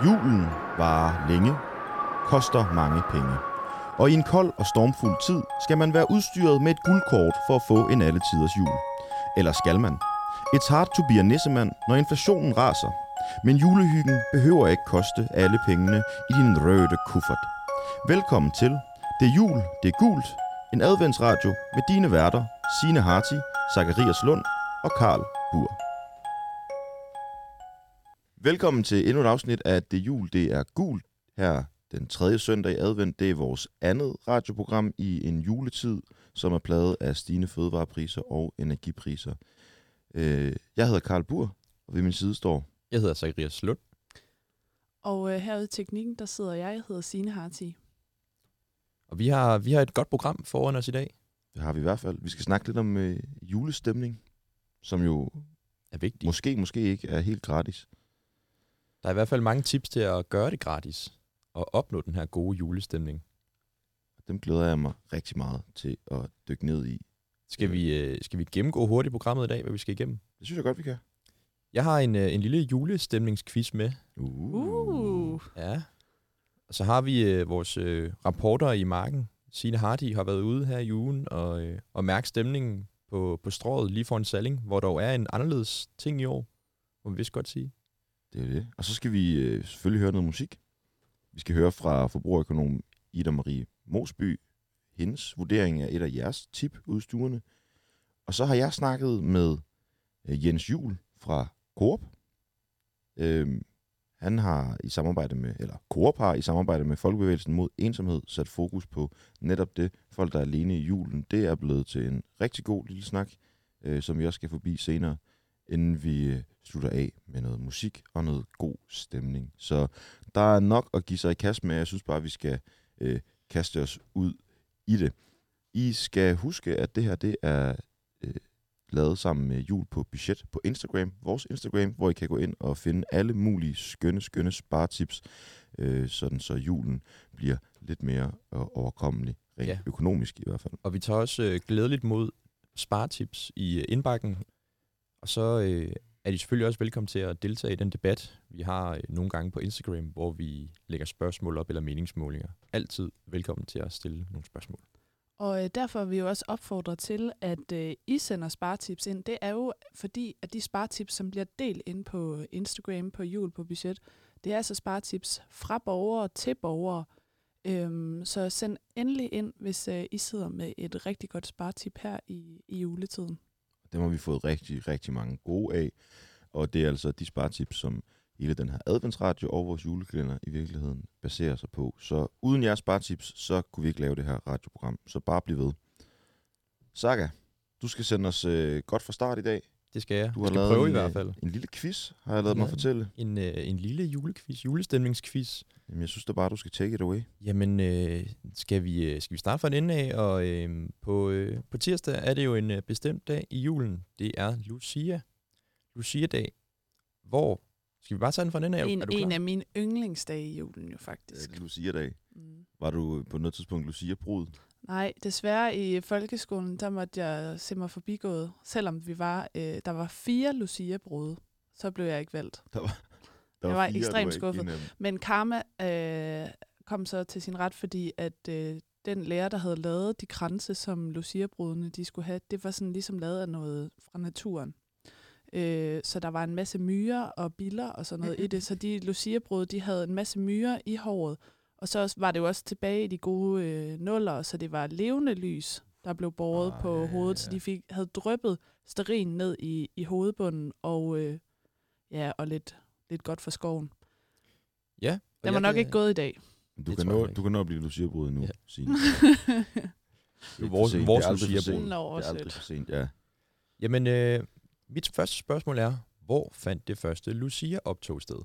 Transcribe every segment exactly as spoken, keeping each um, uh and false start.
Julen varer længe, koster mange penge. Og i en kold og stormfuld tid skal man være udstyret med et guldkort for at få en alletiders jul. Eller skal man? It's hard to be a nissemand, når inflationen raser. Men julehyggen behøver ikke koste alle pengene i din røde kuffert. Velkommen til Det er jul, det er gult. En adventsradio med dine værter, Signe Harti, Zacharias Lund og Karl Bur. Velkommen til endnu et afsnit af Det jul, det er gult. Her den tredje søndag i advent, det er vores andet radioprogram i en juletid, som er plaget af stigende fødevarepriser og energipriser. Jeg hedder Karl Bur, og ved min side står... Jeg hedder Zacharias Lund. Og øh, herude i teknikken, der sidder jeg, jeg hedder Signe Harti. Og vi har, vi har et godt program foran os i dag. Det har vi i hvert fald. Vi skal snakke lidt om øh, julestemning, som jo er vigtigt. Måske, måske ikke er helt gratis. Der er i hvert fald mange tips til at gøre det gratis og opnå den her gode julestemning. Dem glæder jeg mig rigtig meget til at dykke ned i. Skal vi, øh, skal vi gennemgå hurtigt programmet i dag, hvad vi skal igennem? Det synes jeg godt, vi kan. Jeg har en, en lille julestemningsquiz med. Uh. Uh. Ja. Og så har vi øh, vores øh, rapporter i marken. Signe Harti har været ude her i ugen og, øh, og mærke stemningen på, på strået lige foran Salling, hvor der er en anderledes ting i år, må vi vist godt sige. Det er det. Og så skal vi øh, selvfølgelig høre noget musik. Vi skal høre fra forbrugerøkonom Ida Marie Mosby, hendes vurdering af et af jeres tip udstuerne. Og så har jeg snakket med øh, Jens Juhl fra Coop. Øhm, han har i samarbejde med, eller Coop har i samarbejde med Folkebevægelsen mod ensomhed sat fokus på netop det, folk der er alene i julen. Det er blevet til en rigtig god lille snak, øh, som vi også skal forbi senere, inden vi øh, slutter af med noget musik og noget god stemning. Så der er nok at give sig i kast med. Jeg synes bare, vi skal øh, kaste os ud i det. I skal huske, at det her det er øh, lavet sammen med Jul på Budget på Instagram, vores Instagram, hvor I kan gå ind og finde alle mulige skønne, skønne sparetips, øh, sådan så julen bliver lidt mere øh, overkommelig, rent ja. økonomisk i hvert fald. Og vi tager også øh, glædeligt mod sparetips i øh, indbakken, og så øh, er de selvfølgelig også velkommen til at deltage i den debat, vi har øh, nogle gange på Instagram, hvor vi lægger spørgsmål op eller meningsmålinger. Altid velkommen til at stille nogle spørgsmål. Og øh, derfor er vi jo også opfordret til, at øh, I sender sparetips ind. Det er jo fordi, at de sparetips, som bliver delt ind på Instagram på Jul på Budget, det er altså sparetips fra borgere til borgere. Øhm, så send endelig ind, hvis øh, I sidder med et rigtig godt sparetip her i, i juletiden. Dem har vi fået rigtig, rigtig mange gode af. Og det er altså de sparetips, som hele den her adventsradio og vores julekalender i virkeligheden baserer sig på. Så uden jeres sparetips, så kunne vi ikke lave det her radioprogram. Så bare bliv ved. Saga, du skal sende os øh, godt fra start i dag. Det skal jeg. Du jeg har skal lavet prøve en, i hvert fald. En lille quiz, har jeg lavet ja, mig fortælle. En, øh, en lille julequiz, julestemningsquiz. Jamen, jeg synes da bare, du skal take it away. Jamen, øh, skal, vi, skal vi starte fra en ende af? Og øh, på, øh, på tirsdag er det jo en øh, bestemt dag i julen. Det er Lucia. Lucia-dag. Hvor... Skal vi bare tage den fra den af? En, er du en klar? af mine yndlingsdage i julen jo faktisk. Det er Lucia-dag. Mm. Var du på noget tidspunkt Lucia-brud? Nej, desværre i folkeskolen, der måtte jeg se mig forbigået. Selvom vi var, øh, der var fire Lucia-brud, så blev jeg ikke valgt. Der var, der jeg var, var fire, ekstremt skuffet. Men karma øh, kom så til sin ret, fordi at øh, den lærer, der havde lavet de kranse, som Lucia-brudene de skulle have, det var sådan ligesom lavet af noget fra naturen. Øh, så der var en masse myrer og biller og sådan noget i det. Så de Lucia-brud, de havde en masse myrer i håret. Og så var det jo også tilbage i de gode øh, nuller, så det var levende lys, der blev båret ah, på ja, hovedet. Ja, ja. Så de fik, havde dryppet stearin ned i, i hovedbunden og, øh, ja, og lidt, lidt godt for skoven. Ja. Den var nok det, ikke gået i dag. Du kan, nå, du kan nå at blive Lucia-brud nu, ja. Signe. Det er vores, vores Lucia-brud. Det er aldrig for sent, ja. Jamen, øh, mit første spørgsmål er, hvor fandt det første Lucia-optog sted?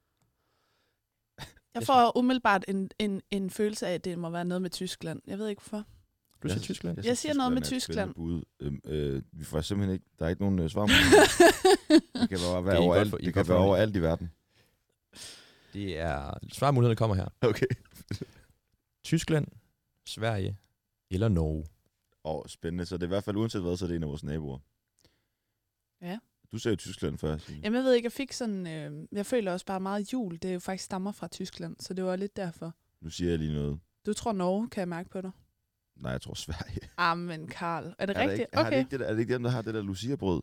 Jeg får umiddelbart en, en, en følelse af, at det må være noget med Tyskland. Jeg ved ikke hvorfor. Du siger Tyskland? Jeg, jeg siger noget med Tyskland. Øhm, øh, vi får simpelthen ikke, der er ikke nogen øh, svar på det. kan bare være overalt, for, det kan være overalt i verden. Det er, svarmulighederne kommer her. Okay. Tyskland, Sverige eller Norge? Åh, oh, spændende. Så det er i hvert fald uanset hvad, så er det en af vores naboer. Ja. Du sagde jo Tyskland før. Signe. Jamen, jeg ved ikke, jeg fik sådan... Øh, jeg føler også bare meget jul. Det er jo faktisk stammer fra Tyskland, så det var lidt derfor. Nu siger jeg lige noget. Du tror Norge, kan jeg mærke på dig? Nej, jeg tror Sverige. Ah, men Karl. Er det Er det rigtigt? ikke, har Okay. det ikke det der, er det ikke dem, der har det der Lucia-brød?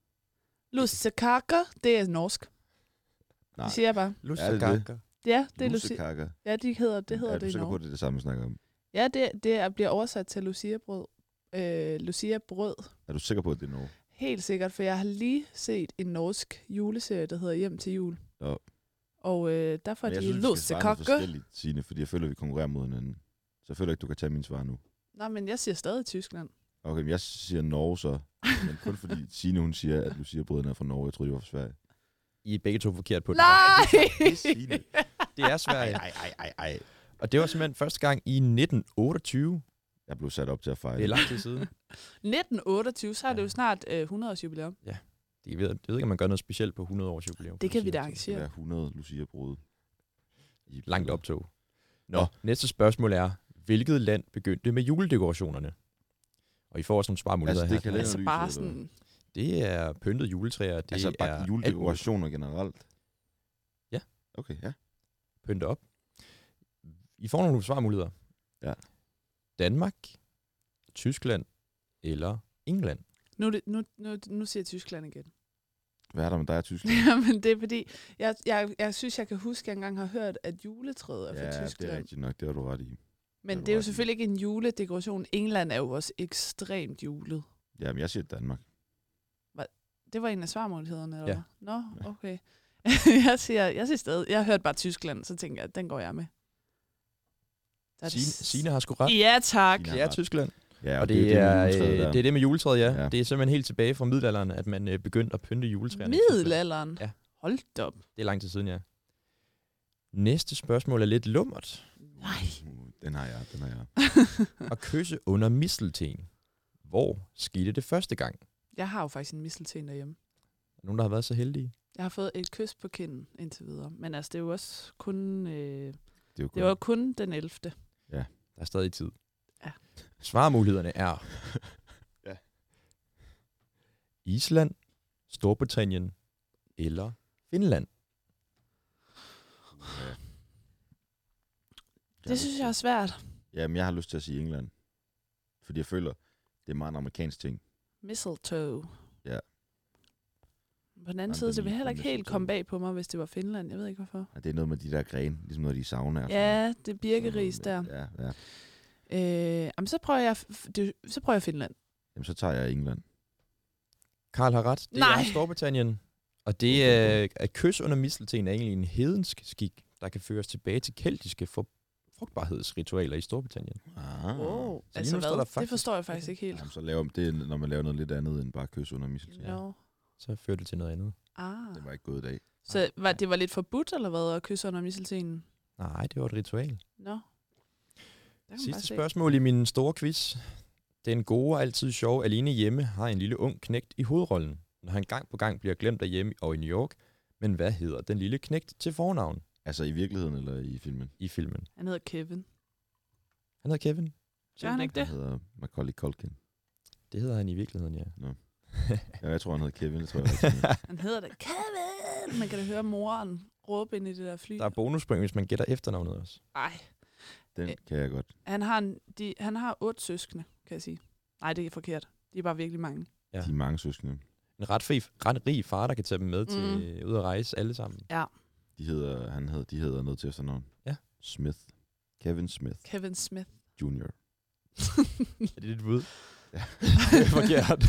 Lussekaker, det er norsk. Nej. Det siger jeg bare. Er det Lussekaker. Ja, det er Lucia. Lussekaker. Ja, de hedder, det hedder er det du i sikker på, Norge. at det er det samme, vi snakker om? Ja, det, det er, bliver oversat til Lucia-brød. Øh, Lucia-brød. Er du sikker på, at det er Norge? Helt sikkert, for jeg har lige set en norsk juleserie, der hedder Hjem til jul. Ja. Og øh, der får Men jeg de synes, vi skal svare noget lussekaker. forskelligt, Signe, fordi jeg føler, at vi konkurrerer mod hinanden. Så jeg føler ikke, du kan tage min svar nu. Nej, men jeg siger stadig Tyskland. Okay, men jeg siger Norge så. Men kun fordi Signe, hun siger, at Lucia-brøden er fra Norge. Jeg troede, det var fra Sverige. I er begge to forkert på det. Nej! Det er Signe. Det er Sverige. Ej, ej, ej, ej. Og det var simpelthen første gang i nitten otteogtyve. Jeg blev sat op til at fejre. Det er lang tid siden. nitten otteogtyve, så er det jo snart øh, hundrede års jubilæum. Jeg ved, jeg ved ikke, om man gør noget specielt på hundrede års jubilæum. Det kan vi da Det skal arrangere. være hundrede Lucia-brød. I Langt optog. Nå, Nå. næste spørgsmål er, hvilket land begyndte med juledekorationerne? Og I får også nogle svarmuligheder Altså, det her. kan Altså lyset, bare eller? sådan... Det er pyntet juletræer. Det Altså bare er juledekorationer generelt? Ja. Okay, ja. pyntet op. I får nogle svarmuligheder. Ja. Danmark, Tyskland eller England. Nu, er det- nu, nu, nu siger jeg Tyskland igen. Hvad er der med dig og Tyskland? Jamen, det er fordi, jeg, jeg, jeg synes, jeg kan huske, at jeg engang har hørt, at juletræet er fra Ja, Tyskland. det er rigtigt nok. Det har du ret i. Men det er det er du jo ret i. selvfølgelig ikke en juledekoration. England er jo også ekstremt julet. Jamen, jeg siger Danmark. Det var en af svarmulighederne, eller Ja. hvad? Nå, okay. jeg, siger, jeg siger stadig, jeg har hørt bare Tyskland, så tænker jeg, at den går jeg med. Der er det Signe, s- Signe har sgu ret. Ja, tak. Signe Det er Tyskland. Ja, Og det er, med øh, juletræet der. det er det med juletræet, ja. Ja. ja. Det er simpelthen helt tilbage fra middelalderen, at man øh, begyndte at pynte juletræerne. i Tyskland. Middelalderen? Ja. Hold da op. Det er lang tid siden, ja. Næste spørgsmål er lidt lummert. Nej. Uh, Den har jeg, den har jeg. At kysse under mistelten. Hvor skete det første gang? Jeg har jo faktisk en mistelten derhjemme. Nogen, der har været så heldige? Jeg har fået et kys på kinden indtil videre. Men altså, det er jo også kun... Øh, Det er jo det var kun den ellevte Der er stadig tid. Ja. Svarmulighederne er... Ja. Island, Storbritannien eller Finland. Ja. Det synes jeg er svært. Jamen, jeg har lyst til at sige England. Fordi jeg føler, det er meget en amerikansk ting. Mistletoe. Ja. På den anden Jamen, side, den så vil lille jeg heller ikke helt mistletoe. komme bag på mig, hvis det var Finland. Jeg ved ikke, hvorfor. Ja, det er noget med de der grene, ligesom når de savner. Ja, det er birkeris der. Ja, ja. Øh, jamen, så prøver jeg, f- det, så prøver jeg Finland. Jamen, så tager jeg England. Karl har ret. Det Nej. er Storbritannien. Og det er at kys under mistelten er egentlig en hedensk skik, der kan føres tilbage til keltiske for frugtbarhedsritualer i Storbritannien. Ah. Wow. Så Altså lige nu står hvad? der Det faktisk- forstår jeg faktisk ikke helt. Jamen, så laver det er, når man laver noget lidt andet end bare kys under mistelten. No. Så fører det til noget andet. Ah. Det var ikke gået i dag. Så var, det var lidt forbudt, eller hvad, at kysse under misteltenen? Nej, det var et ritual. Nå. No. Sidste spørgsmål i min store quiz. Den gode og altid sjove alene hjemme har en lille ung knægt i hovedrollen, når han gang på gang bliver glemt derhjemme og i New York. Men hvad hedder den lille knægt til fornavn Altså i virkeligheden eller i filmen? i filmen? Han hedder Kevin. Han hedder Kevin. Gør han ikke det? Han hedder Macaulay Culkin. Det hedder han i virkeligheden, ja. Ja, jeg tror, han hedder Kevin. Det tror jeg ikke. Han hedder det Kevin! Man kan da høre moren råbe ind i det der fly. Der er bonuspoint, hvis man gætter efternavnet også. Ej. Den kan jeg godt. Han har, en, de, han har otte søskende, kan jeg sige. Nej, det er forkert. De er bare virkelig mange. Ja. De er mange søskende. En ret, fri, ret rig far, der kan tage dem med mm. til ud at rejse alle sammen. Ja. De hedder, han hedder, de hedder noget til efternavn. Ja. Smith. Kevin Smith Kevin Smith. junior Er det dit bud? Ja. Det er forkert.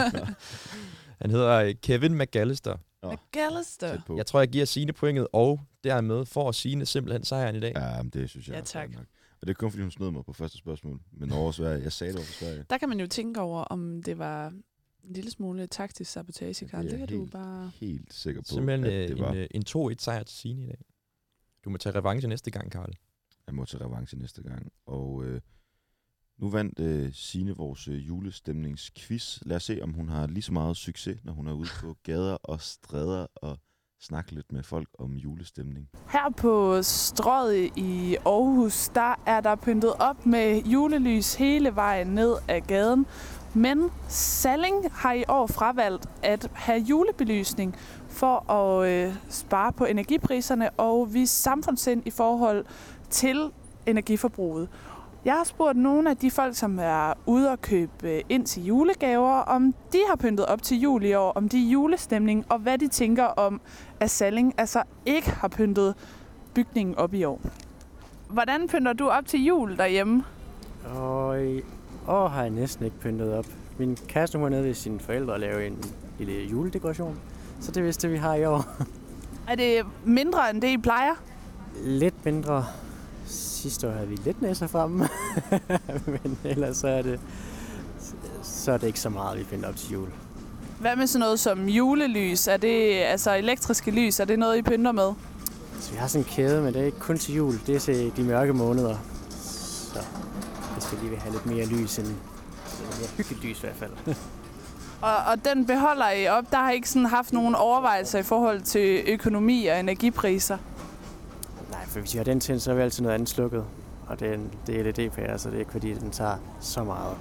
Han hedder øh, Kevin McAllister. Nå, McAllister. tæt på. Jeg tror, jeg giver Signe pointet, og dermed får Signe simpelthen sejren i dag. Ja, men det synes jeg Ja, er tak. fair nok. Og det er kun fordi, hun snød mig på første spørgsmål. Men Norge og Sverige. Jeg sagde det over for Sverige. Der kan man jo tænke over, om det var en lille smule taktisk sabotage, Karl. det er Det kan du helt- bare... Helt sikker på, Simpelthen at øh, det var. en, øh, en to et sejr til Signe i dag. Du må tage revanche næste gang, Karl. Jeg må til revanche næste gang. Og øh, nu vandt øh, Signe vores øh, julestemningsquiz. Lad os se, om hun har lige så meget succes, når hun er ude på gader og stræder og snakke lidt med folk om julestemning. Her på Strøget i Aarhus, der er der pyntet op med julelys hele vejen ned ad gaden. Men Salling har i år fravalgt at have julebelysning for at øh, spare på energipriserne og vise samfundssind i forhold til energiforbruget. Jeg har spurgt nogle af de folk, som er ude og købe ind til julegaver, om de har pyntet op til jul i år, om de er julestemning, og hvad de tænker om, at Salling altså ikke har pyntet bygningen op i år. Hvordan pynter du op til jul derhjemme? Og i år har jeg næsten ikke pyntet op. Min kæreste var nede ved sine forældre og lave en lille juledekoration, så det er vist det, vi har i år. Er det mindre end det, I plejer? Lidt mindre. Sidste år havde vi lidt næser fremme, men ellers så er, det, så er det ikke så meget, vi pynter op til jul. Hvad med sådan noget som julelys? Er det altså elektriske lys? Er det noget, I pynter med? Så vi har sådan en kæde, men det er ikke kun til jul. Det er til de mørke måneder. Så det skal lige have lidt mere lys end mere hyggeligt lys i hvert fald. Og, og den beholder I op? Der har I ikke sådan haft nogen overvejelser i forhold til økonomi og energipriser? Nej, for hvis vi har den tændt, så er vi altid noget andet slukket. Og det er en det er L E D-pære, så det er ikke fordi, den tager så meget.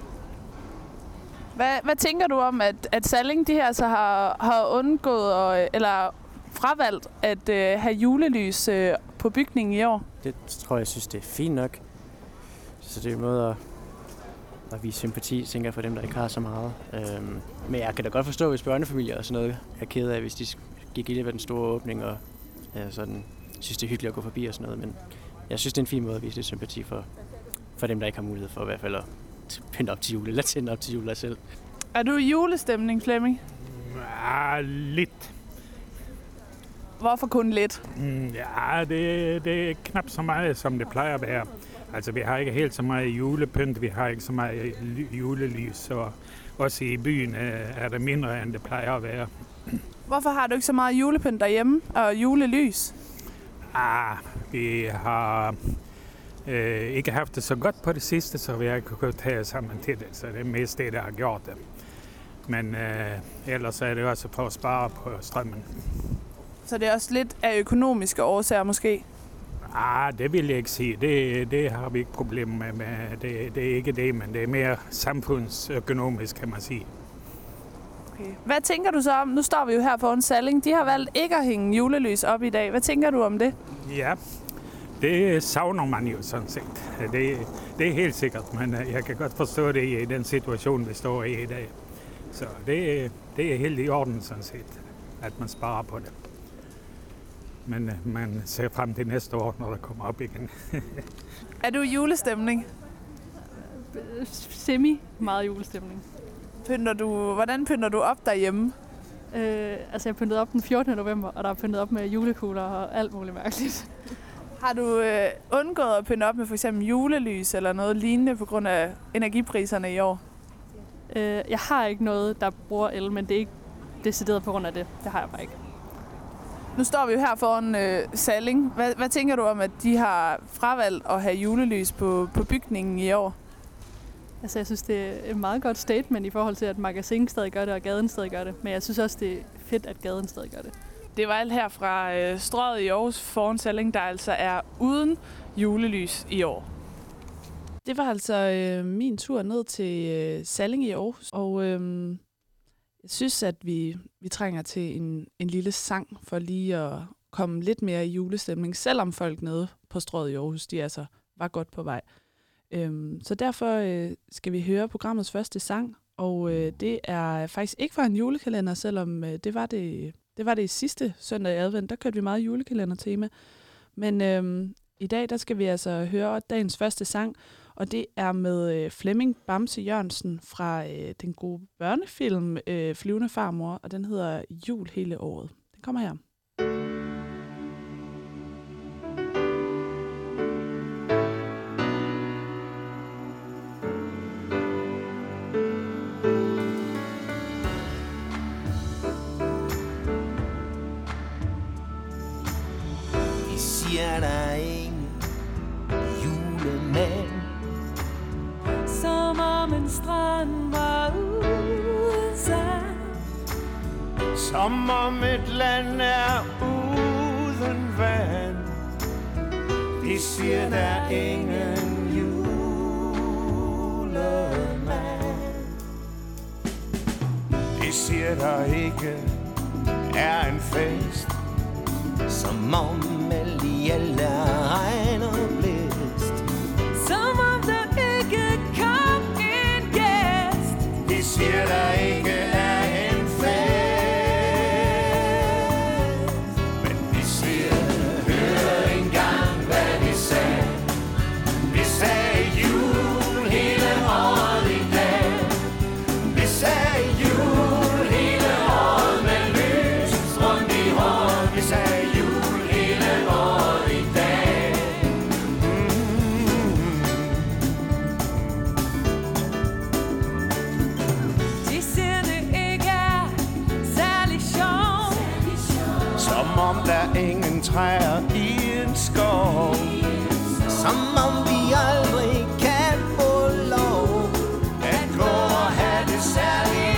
Hvad, hvad tænker du om, at, at Salling de her så har, har undgået og, eller fravalgt at øh, have julelys øh, på bygningen i år? Det tror jeg, jeg synes, det er fint nok. Så det er en måde at, at vise sympati, tænker jeg, for dem, der ikke har så meget. Øhm, men jeg kan da godt forstå, hvis børnefamilier og sådan noget er ked af, hvis de gik i det ved den store åbning og ja, sådan, synes, det er hyggeligt at gå forbi og sådan noget. Men jeg synes, det er en fin måde at vise lidt sympati for, for dem, der ikke har mulighed for i hvert fald at pynte op til jul, eller tænde op til jul selv. Er du i julestemning, Flemming? Ja, lidt. Hvorfor kun lidt? Mm, ja, det, det er knap så meget, som det plejer at være. Altså, vi har ikke helt så meget julepynt, vi har ikke så meget julelys, og også i byen er det mindre, end det plejer at være. Hvorfor har du ikke så meget julepynt derhjemme og julelys? Ah, vi har øh, ikke haft det så godt på det sidste, så vi har ikke kunnet tage sammen til det, så det er mest det, der har gjort det. Men øh, ellers er det også for at spare på strømmen. Så det er også lidt af økonomiske årsager måske? Ah, det vil jeg ikke sige. Det, det har vi ikke problemer med. med. Det, det er ikke det, men det er mere samfundsøkonomisk, kan man sige. Okay. Hvad tænker du så om? Nu står vi jo her foran Salling. De har valgt ikke at hænge julelys op i dag. Hvad tænker du om det? Ja, det savner man jo sådan set. Det, det er helt sikkert, men jeg kan godt forstå det i den situation, vi står i i dag. Så det, det er helt i orden sådan set, at man sparer på det. Men man ser frem til næste år, når der kommer op igen. Er du i julestemning? Semi meget julestemning. Pynter du, hvordan pynter du op derhjemme? Øh, altså jeg pyntede op den fjortende november, og der er pyntet op med julekugler og alt muligt mærkeligt. Har du øh, undgået at pynte op med for eksempel julelys eller noget lignende på grund af energipriserne i år? Øh, jeg har ikke noget, der bruger el, men det er ikke decideret på grund af det. Det har jeg bare ikke. Nu står vi jo her foran øh, Salling. Hvad, hvad tænker du om, at de har fravalgt at have julelys på, på bygningen i år? Altså jeg synes, det er et meget godt statement i forhold til, at Magasin stadig gør det, og gaden stadig gør det. Men jeg synes også, det er fedt, at gaden stadig gør det. Det var alt her fra øh, Strøget i Aarhus foran Salling, der altså er uden julelys i år. Det var altså øh, min tur ned til øh, Salling i Aarhus, og øh, jeg synes, at vi, vi trænger til en, en lille sang for lige at komme lidt mere i julestemning, selvom folk nede på Strøget i Aarhus, de altså var godt på vej. Øhm, så derfor øh, skal vi høre programmets første sang, og øh, det er faktisk ikke fra en julekalender, selvom øh, det var det, det var det i sidste søndag i advent, der kørte vi meget julekalendertema. Men øh, i dag, der skal vi altså høre dagens første sang, og det er med øh, Flemming Bamse Jørgensen fra øh, den gode børnefilm øh, Flyvende farmor, og den hedder Jul hele året. Den kommer her. siger der ingen julemand, som om en strand var uden sand. som om et land er uden vand. De siger, der er ingen julemand. De siger, der ikke er en fest, som om alle regner blæst. Som om der ikke kom en gæst. De siger, der ikke er en fest, men de siger, hør engang, hvad de sagde. Vi sagde jul hele året i dag. Vi sagde jul hele året med lys rundt i håret. Vi sagde jul hele året i dag. De siger, det ikke er særlig sjovt. Som om der ingen træer i en skov. Som om vi aldrig kan få lov at gå og have det særlig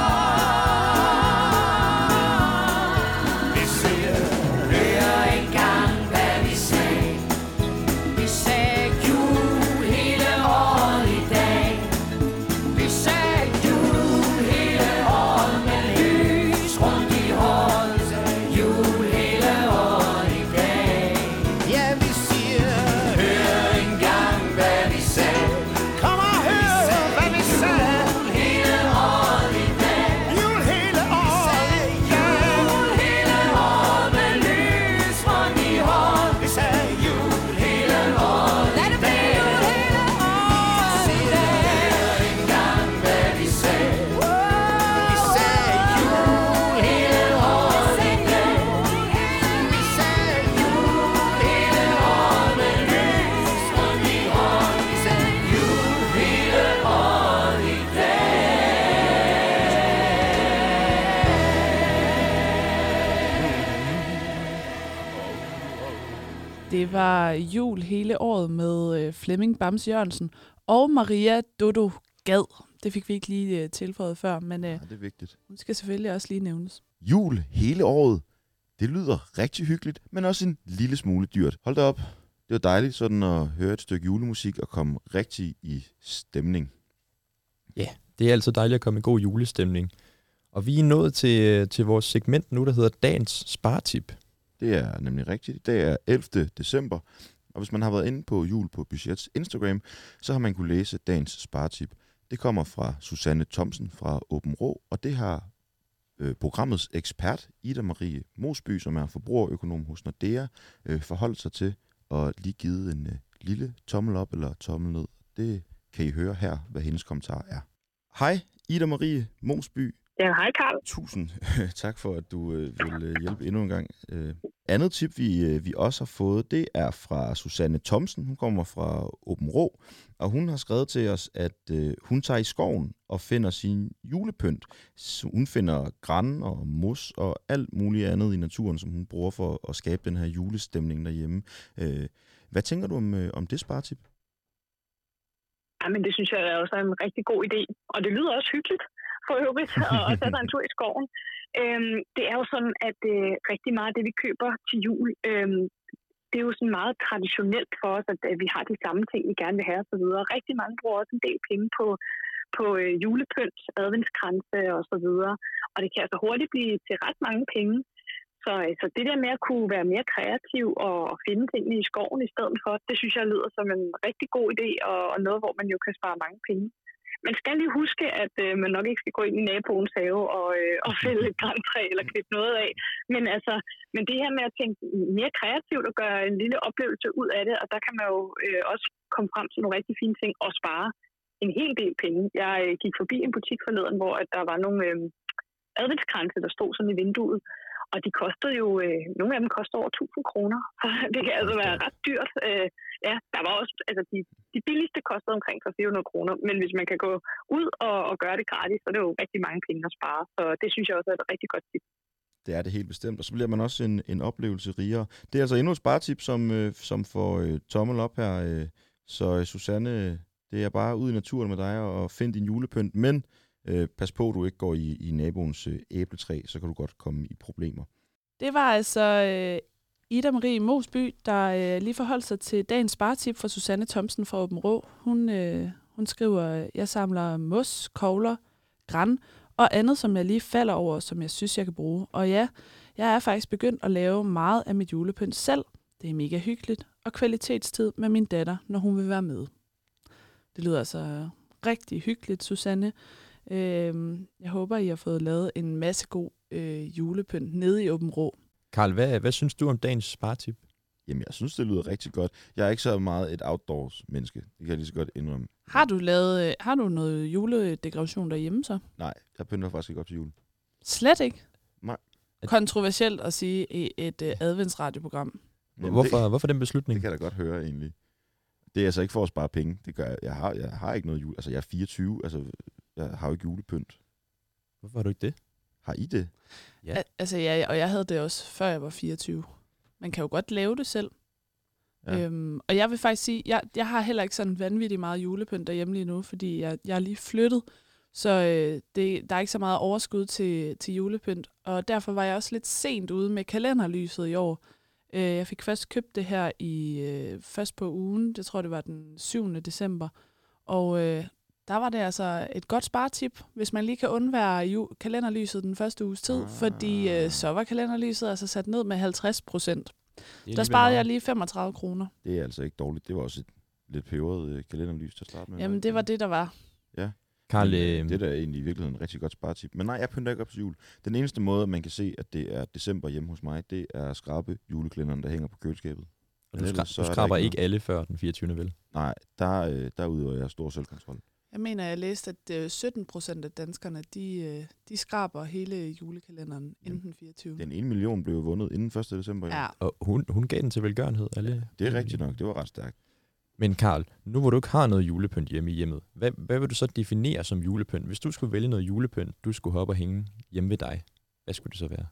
sjovt. Vi siger, hør engang, hvad vi sagde. Vi sagde jul hele året i dag. Vi sagde jul hele året med lys rundt i håret. Vi sagde jul hele året i dag. Ja, vi siger, hør engang, hvad vi sagde. Kom og hør, hvad vi sagde. Jul hele året i dag. Jul hele året i dag. Jul hele året med lys rundt i håret. Vi sagde jul hele året i dag. Hør engang, hvad vi sagde. Vi sagde jul hele året i dag. Vi sagde jul hele året med lys rundt i håret. Vi sagde jul hele året i dag. Det var jul hele året med øh, Flemming Bams Jørgensen og Maria Dodo Gad. Det fik vi ikke lige øh, tilføjet før, men øh, Ja, det er vigtigt. hun skal selvfølgelig også lige nævnes. Jul hele året. Det lyder rigtig hyggeligt, men også en lille smule dyrt. Hold da op. Det var dejligt sådan at høre et stykke julemusik og komme rigtig i stemning. Ja, det er altid dejligt at komme i god julestemning. Og vi er nået til, til vores segment nu, der hedder Dagens Spartip. Det er nemlig rigtigt. Det er ellevte december, og hvis man har været inde på Jul på Budgets Instagram, så har man kunne læse dagens spartip. Det kommer fra Susanne Thomsen fra Åben Rå, og det har øh, programmets ekspert, Ida Marie Mosby, som er forbrugerøkonom hos Nordea, øh, forholdt sig til og lige givet en øh, lille tommel op eller tommel ned. Det kan I høre her, hvad hendes kommentar er. Hej, Ida Marie Mosby. Ja, hej Karl. Tusind tak for, at du øh, vil øh, hjælpe endnu en gang. Øh, andet tip, vi, øh, vi også har fået, det er fra Susanne Thomsen. Hun kommer fra Åben Rå, og hun har skrevet til os, at øh, hun tager i skoven og finder sin julepynt. Så hun finder gran og mos og alt muligt andet i naturen, som hun bruger for at skabe den her julestemning derhjemme. Øh, hvad tænker du om, øh, om det spartip? Jamen, det synes jeg er også en rigtig god idé, og det lyder også hyggeligt for øvrigt at tage sig en tur i skoven. Øhm, det er jo sådan, at øh, rigtig meget af det, vi køber til jul, øhm, det er jo sådan meget traditionelt for os, at, at vi har de samme ting, vi gerne vil have osv. Rigtig mange bruger også en del penge på, på øh, julepynt, adventskranse osv. Og det kan altså hurtigt blive til ret mange penge. Så, så det der med at kunne være mere kreativ og finde tingene i skoven i stedet for, det synes jeg lyder som en rigtig god idé, og, og noget, hvor man jo kan spare mange penge. Man skal lige huske, at øh, man nok ikke skal gå ind i naboens have og, øh, og fælde et grantræ eller klippe noget af. Men, altså, men det her med at tænke mere kreativt og gøre en lille oplevelse ud af det, og der kan man jo øh, også komme frem til nogle rigtig fine ting og spare en hel del penge. Jeg øh, gik forbi en butik forleden, hvor at der var nogle øh, adventskranse, der stod sådan i vinduet. Og de kostede jo, øh, nogle af dem kostede over tusind kroner. Det kan altså være ret dyrt. Øh, ja, der var også, altså de, de billigste kostede omkring for fire hundrede kroner. Men hvis man kan gå ud og, og gøre det gratis, så er det jo rigtig mange penge at spare. Så det synes jeg også er et rigtig godt tip. Det er det helt bestemt, og så bliver man også en, en oplevelse rigere. Det er altså endnu et spartip, som, øh, som får øh, tommel op her. Øh, så øh, Susanne, det er bare ud i naturen med dig og find din julepynt. Men Øh, pas på, at du ikke går i, i naboens øh, æbletræ, så kan du godt komme i problemer. Det var altså øh, Ida Marie Mosby, der øh, lige forholdt sig til dagens spartip fra Susanne Thomsen fra Åben Rå. Hun, øh, hun skriver, jeg samler mos, kogler, gran og andet, som jeg lige falder over, som jeg synes, jeg kan bruge. Og ja, jeg er faktisk begyndt at lave meget af mit julepynt selv. Det er mega hyggeligt og kvalitetstid med min datter, når hun vil være med. Det lyder altså rigtig hyggeligt, Susanne. Øh, jeg håber, I har fået lavet en masse god øh, julepynt nede i Åben Rå. Karl, hvad, hvad synes du om dagens spartip? Jamen, jeg synes, det lyder rigtig godt. Jeg er ikke så meget et outdoors-menneske. Det kan jeg lige så godt indrømme. Har du lavet, har du noget juledekoration derhjemme så? Nej, jeg pynter faktisk ikke op til jul. Slet ikke? Nej. Kontroversielt at sige i et uh, adventsradioprogram. Jamen, Hvorfor, det, hvorfor den beslutning? Det kan jeg da godt høre, egentlig. Det er altså ikke for at spare penge. Det gør jeg. Jeg har, jeg har ikke noget jul. Altså, jeg er fireogtyve. Altså, jeg har jo ikke julepynt. Hvorfor har du ikke det? Har I det? Ja. Al- altså, ja, og jeg havde det også, før jeg var fireogtyve. Man kan jo godt lave det selv. Ja. Øhm, og jeg vil faktisk sige, jeg, jeg har heller ikke sådan vanvittigt meget julepynt derhjemme lige nu, fordi jeg, jeg er lige flyttet. Så øh, det, der er ikke så meget overskud til, til julepynt. Og derfor var jeg også lidt sent ude med kalenderlyset i år. Øh, jeg fik først købt det her i øh, først på ugen. Jeg tror, det var den syvende december. Og øh, der var det altså et godt spartip, hvis man lige kan undvære ju- kalenderlyset den første uges tid. Ah. Fordi øh, så var kalenderlyset altså sat ned med halvtreds procent. Der sparede jeg lige femogtredive kroner. Det er altså ikke dårligt. Det var også et lidt peberet øh, kalenderlys til at starte med. Jamen, det var det, der var. Ja. Karl, øh, det er da egentlig i virkeligheden en rigtig godt spartip. Men nej, jeg pynter ikke op til jul. Den eneste måde, man kan se, at det er december hjemme hos mig, det er at skrabe julekalenderen, der hænger på køleskabet. Og du, skra- du skraber ikke, ikke alle før den fireogtyvende vel? Nej, der, øh, der udøver jeg stor selvkontrol. Jeg mener, jeg læste, at øh, sytten procent af danskerne, de, øh, de skraber hele julekalenderen ja. inden den fireogtyvende. Den ene million blev vundet inden første december. Ja. Og hun, hun gav den til velgørenhed. Alle. Det er rigtigt nok. Det var ret stærkt. Men Karl, nu hvor du ikke har noget julepynt hjemme i hjemmet, hvad, hvad vil du så definere som julepynt? Hvis du skulle vælge noget julepynt, du skulle hoppe og hænge hjemme ved dig, hvad skulle det så være?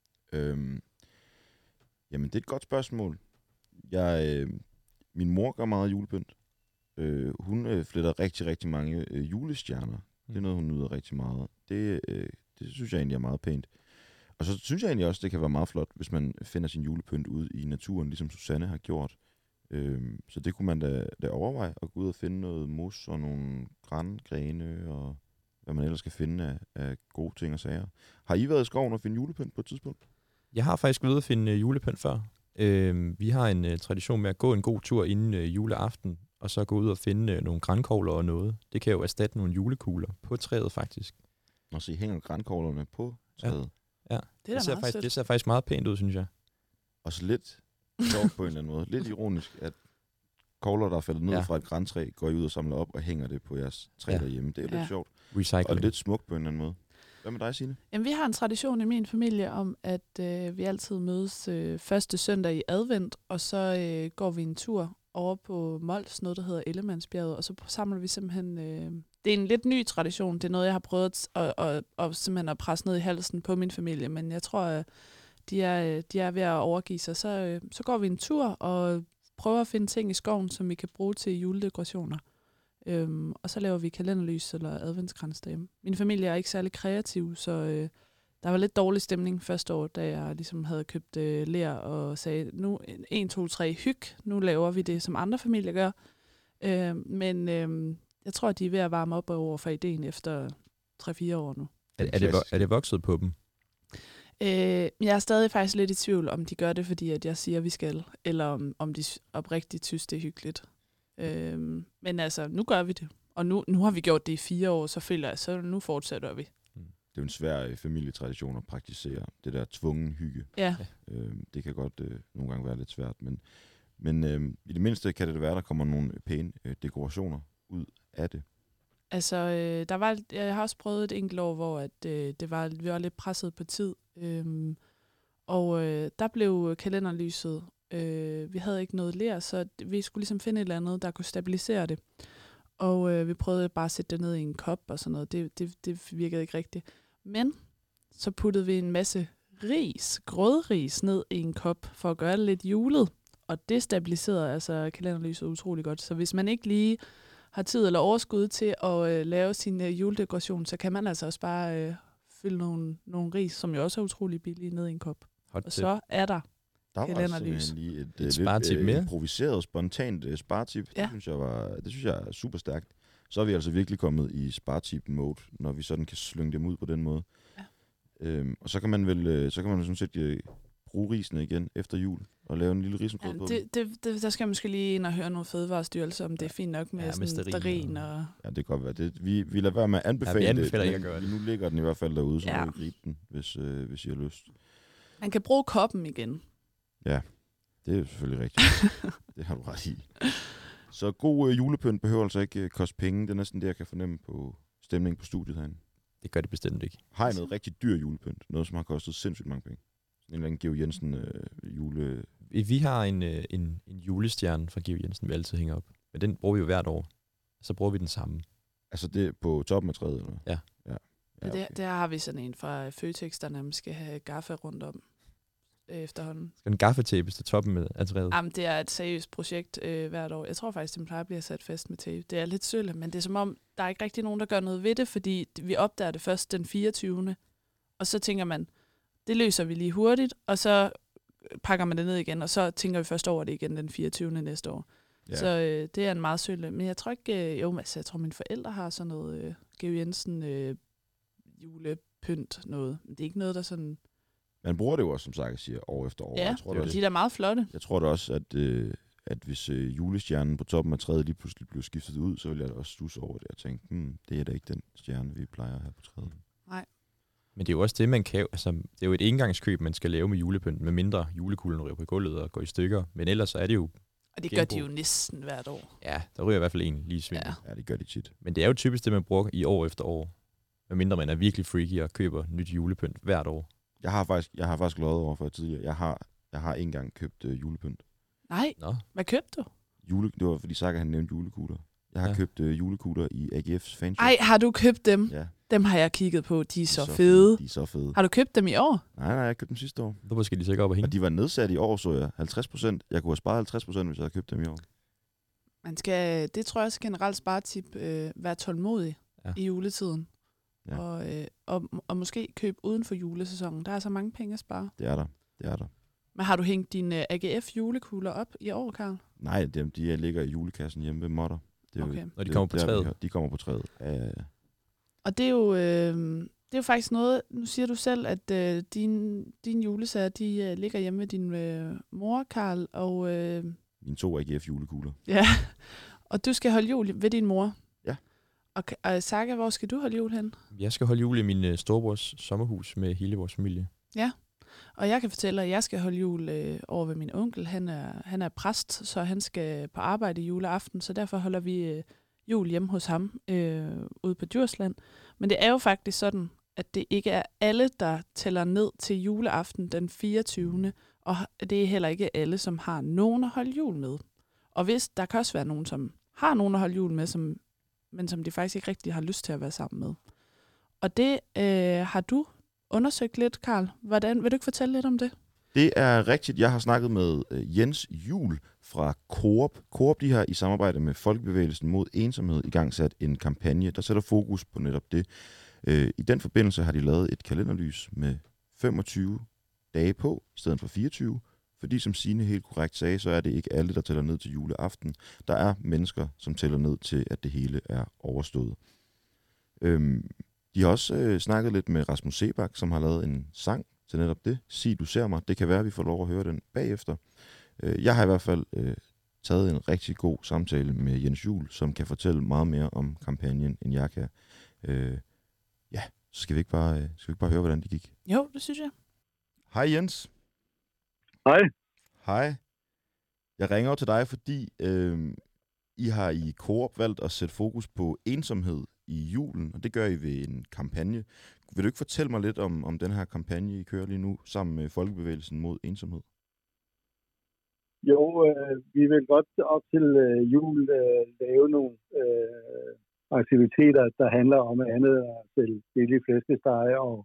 Øhm, jamen, det er et godt spørgsmål. Jeg, øh, min mor gør meget julepynt. Øh, hun øh, fletter rigtig, rigtig mange øh, julestjerner. Mm. Det er noget, hun nyder rigtig meget. Det, øh, det synes jeg egentlig er meget pænt. Og så synes jeg egentlig også, det kan være meget flot, hvis man finder sin julepynt ude i naturen, ligesom Susanne har gjort. Øhm, så det kunne man da, da overveje, at gå ud og finde noget mos og nogle grangrene og hvad man ellers skal finde af, af gode ting og sager. Har I været i skoven og finde julepynt på et tidspunkt? Jeg har faktisk været ude at finde uh, julepynt før. Uh, vi har en uh, tradition med at gå en god tur inden uh, juleaften, og så gå ud og finde uh, nogle grankogler og noget. Det kan jo erstatte nogle julekugler på træet faktisk. Og så I hænger grankoglerne på træet? Ja, ja. Det, det, ser faktisk, det ser faktisk meget pænt ud, synes jeg. Og så lidt sjovt på en eller anden måde. Lidt ironisk, at kogler, der er faldet ned ja. fra et grantræ, går I ud og samler op og hænger det på jeres træ ja. derhjemme. Det er ja. lidt sjovt. Recycling. Og lidt smukt på en eller anden måde. Hvad med dig, Signe? Jamen, vi har en tradition i min familie om, at øh, vi altid mødes øh, første søndag i advent, og så øh, går vi en tur over på Mols, noget der hedder Ellemandsbjerget, og så samler vi simpelthen... Øh, det er en lidt ny tradition. Det er noget, jeg har prøvet at, at, at, at, simpelthen at presse ned i halsen på min familie, men jeg tror, at de er, de er ved at overgive sig. Så, øh, så går vi en tur og prøver at finde ting i skoven, som vi kan bruge til juledekorationer. Øhm, og så laver vi kalenderlys eller adventskrans derhjemme. Min familie er ikke særlig kreativ, så øh, der var lidt dårlig stemning første år, da jeg ligesom havde købt øh, ler og sagde, nu en, to, tre, hyg, nu laver vi det, som andre familier gør. Øh, men øh, jeg tror, at de er ved at varme op over for ideen efter tre fire år nu. Er, er, det, vo- er det vokset på dem? Øh, jeg er stadig faktisk lidt i tvivl, om de gør det, fordi at jeg siger, at vi skal, eller om, om de oprigtigt synes, det er hyggeligt. Øh, men altså, nu gør vi det. Og nu, nu har vi gjort det i fire år, så føler jeg, så nu fortsætter vi. Det er jo en svær familietradition at praktisere, det der tvungen hygge. Ja. Øh, det kan godt øh, nogle gange være lidt svært, men, men øh, i det mindste kan det da være, der kommer nogle pæne øh, dekorationer ud af det. Altså, øh, der var, jeg har også prøvet et enkelt år, hvor at, øh, det var, vi var lidt presset på tid. Øhm, og øh, der blev kalenderlyset. Øh, vi havde ikke noget ler, så vi skulle ligesom finde et eller andet, der kunne stabilisere det. Og øh, vi prøvede bare at sætte det ned i en kop og sådan noget. Det, det, det virkede ikke rigtigt. Men så puttede vi en masse ris, grødris, ned i en kop for at gøre det lidt julet. Og det stabiliserede altså kalenderlyset utrolig godt. Så hvis man ikke lige har tid eller overskud til at øh, lave sin øh, juledekoration, så kan man altså også bare øh, fylde nogle, nogle ris, som jo også er utrolig billige, ned i en kop. Hot Og tip. så er der Der var kalenderlys. simpelthen lige et, Et et lidt spartip mere. øh, improviseret, spontant øh, spartip. Ja. Det, synes jeg var, det synes jeg er super stærkt. Så er vi altså virkelig kommet i spartip-mode, når vi sådan kan slynge dem ud på den måde. Ja. Øhm, og så kan man vel øh, så kan man sådan set øh, bruge risene igen efter jul og lave en lille Ja, risengrød på dem. det, det, det, der skal jeg måske lige ind og høre nogle fødevarestyrelser, om det er fint nok med, Ja, ja, med sådan stearin stearin og- og... Ja, det kan godt være. Det, vi, vi lader være med at anbefale Ja, vi anbefaler det, ikke at gøre det. Nu ligger den i hvert fald derude, så Ja. ja. må I gribe den, hvis, øh, hvis I har lyst. Man kan bruge koppen igen. Det er jo selvfølgelig rigtigt. Det har du ret i. Så god øh, julepynt behøver altså ikke øh, koste penge. Det er næsten det, jeg kan fornemme på stemningen på studiet herinde. Det gør det bestemt ikke. Har I noget rigtig dyr julepynt? Noget, som har kostet sindssygt mange penge? Sådan en eller anden Georg Jensen øh, jule... Vi vi har en, øh, en, en julestjerne fra Georg Jensen, vi altid hænger op. Men den bruger vi jo hvert år. Så bruger vi den samme. Altså det er på toppen af træet, eller hvad? Ja. Ja, ja Ja, okay. der, der har vi sådan en fra Føtex, der nærmest skal have gaffe rundt om øh, efterhånden. Skal den gaffetapes til toppen med- af træet? Jamen, det er et seriøst projekt øh, hvert år. Jeg tror faktisk, den plejer at blive sat fast med tape. Det er lidt sølle, men det er som om, der er ikke rigtig nogen, der gør noget ved det, fordi vi opdager det først den fireogtyvende Og så tænker man, det løser vi lige hurtigt, og så pakker man det ned igen, og så tænker vi først over det igen den fireogtyvende næste år. Ja. Så øh, det er en meget sølle. Men jeg tror ikke, øh, jo, altså, jeg tror, mine forældre har sådan noget øh, Georg Jensen øh, julepynt noget. Men det er ikke noget, der sådan... Man bruger det jo også, som sagt, siger, år efter år. Ja, jeg tror, det det, de er da meget flotte. jeg tror da også, at, øh, at hvis øh, julestjernen på toppen af træet lige pludselig blev skiftet ud, så ville jeg da også stusse over det og tænke, hmm, det er da ikke den stjerne, vi plejer at have på træet. Men det er jo også det, man kan... Altså, det er jo et engangskøb, man skal lave med julepynt, med mindre julekuglen ryger på gulvet og går i stykker. Men ellers så er det jo... Og det genbrug. gør de jo næsten hvert år. Ja, der ryger i hvert fald en lige i svinget. Ja. Ja. Ja, det gør de tit. Men det er jo typisk det, man bruger i år efter år. Medmindre man er virkelig freaky og køber nyt julepynt hvert år. Jeg har faktisk, jeg har faktisk lovet over for tidligere. Jeg har, jeg har ikke engang købt øh, julepynt. Nej, Nå, hvad købte du? Jule, det var fordi Saga han nævnte julekugler. Jeg har Ja. ja. købt øh, julekugler i A G F's fanshop. Ej, har du købt dem? Ja, Dem har jeg kigget på. De er de er så fede. De er så fede. Har du købt dem i år? Nej, nej, jeg købte dem sidste år. hvorfor skal de så ikke op og hænge? Og de var nedsat i år, så jeg. halvtreds procent. Jeg kunne have sparet halvtreds procent, hvis jeg havde købt dem i år. Man skal, det tror jeg også generelt sparetip, øh, være tålmodig Ja. ja. i juletiden. Ja. Ja. Og, øh, og, og måske købe uden for julesæsonen. Der er så mange penge at spare. Det er der. Det er der. Men har du hængt dine øh, A G F julekugler op i år, Karl? Nej, dem, de ligger i julekassen hjemme ved Motter. Det er jo- Okay. Når de det- kommer på der, vi træet. har- De kommer på træet. Ja, ja, ja. Og det er jo, øh, det er jo faktisk noget, nu siger du selv, at øh, din, din julesager, de øh, ligger hjemme med din øh, mor, Karl, og, øh, Mine to A G F julekugler. ja, og du skal holde jul ved din mor. Ja. Og, og Saga, hvor skal du holde jul hen? Jeg skal holde jul i min øh, storebrors sommerhus med hele vores familie. Og jeg kan fortælle, at jeg skal holde jul øh, over ved min onkel. Han er, han er præst, så han skal på arbejde i juleaften, så derfor holder vi øh, jul hjemme hos ham øh, ude på Djursland. Men det er jo faktisk sådan, at det ikke er alle, der tæller ned til juleaften den fireogtyvende Og det er heller ikke alle, som har nogen at holde jul med. Og hvis der kan også være nogen, som har nogen at holde jul med, som, men som de faktisk ikke rigtig har lyst til at være sammen med. Og det øh, har du undersøgt lidt, Karl. Hvordan, vil du ikke fortælle lidt om det? Det er rigtigt. Jeg har snakket med øh, Jens Juhl fra Coop. Coop de har i samarbejde med Folkebevægelsen mod ensomhed i gang sat en kampagne, der sætter fokus på netop det. Øh, I den forbindelse har de lavet et kalenderlys med femogtyve dage på, i stedet for fireogtyve. Fordi som Signe helt korrekt sagde, så er det ikke alle, der tæller ned til juleaften. Der er mennesker, som tæller ned til, at det hele er overstået. Øhm, de har også øh, snakket lidt med Rasmus Sebak, som har lavet en sang til netop det. Sig, du ser mig. Det kan være, at vi får lov at høre den bagefter. Øh, jeg har i hvert fald øh, taget en rigtig god samtale med Jens Juhl, som kan fortælle meget mere om kampagnen, end jeg kan. Øh, ja, så skal vi, ikke bare, øh, skal vi ikke bare høre, hvordan det gik. Jo, det synes jeg. Hej Jens. Hej. Hej. Jeg ringer til dig, fordi øh, I har i Coop valgt at sætte fokus på ensomhed i julen, og det gør I ved en kampagne. Vil du ikke fortælle mig lidt om, om den her kampagne, I kører lige nu, sammen med Folkebevægelsen mod ensomhed? Jo, øh, vi vil godt op til øh, jul øh, lave nogle øh, aktiviteter, der handler om andet at sælge billige flæskesteg og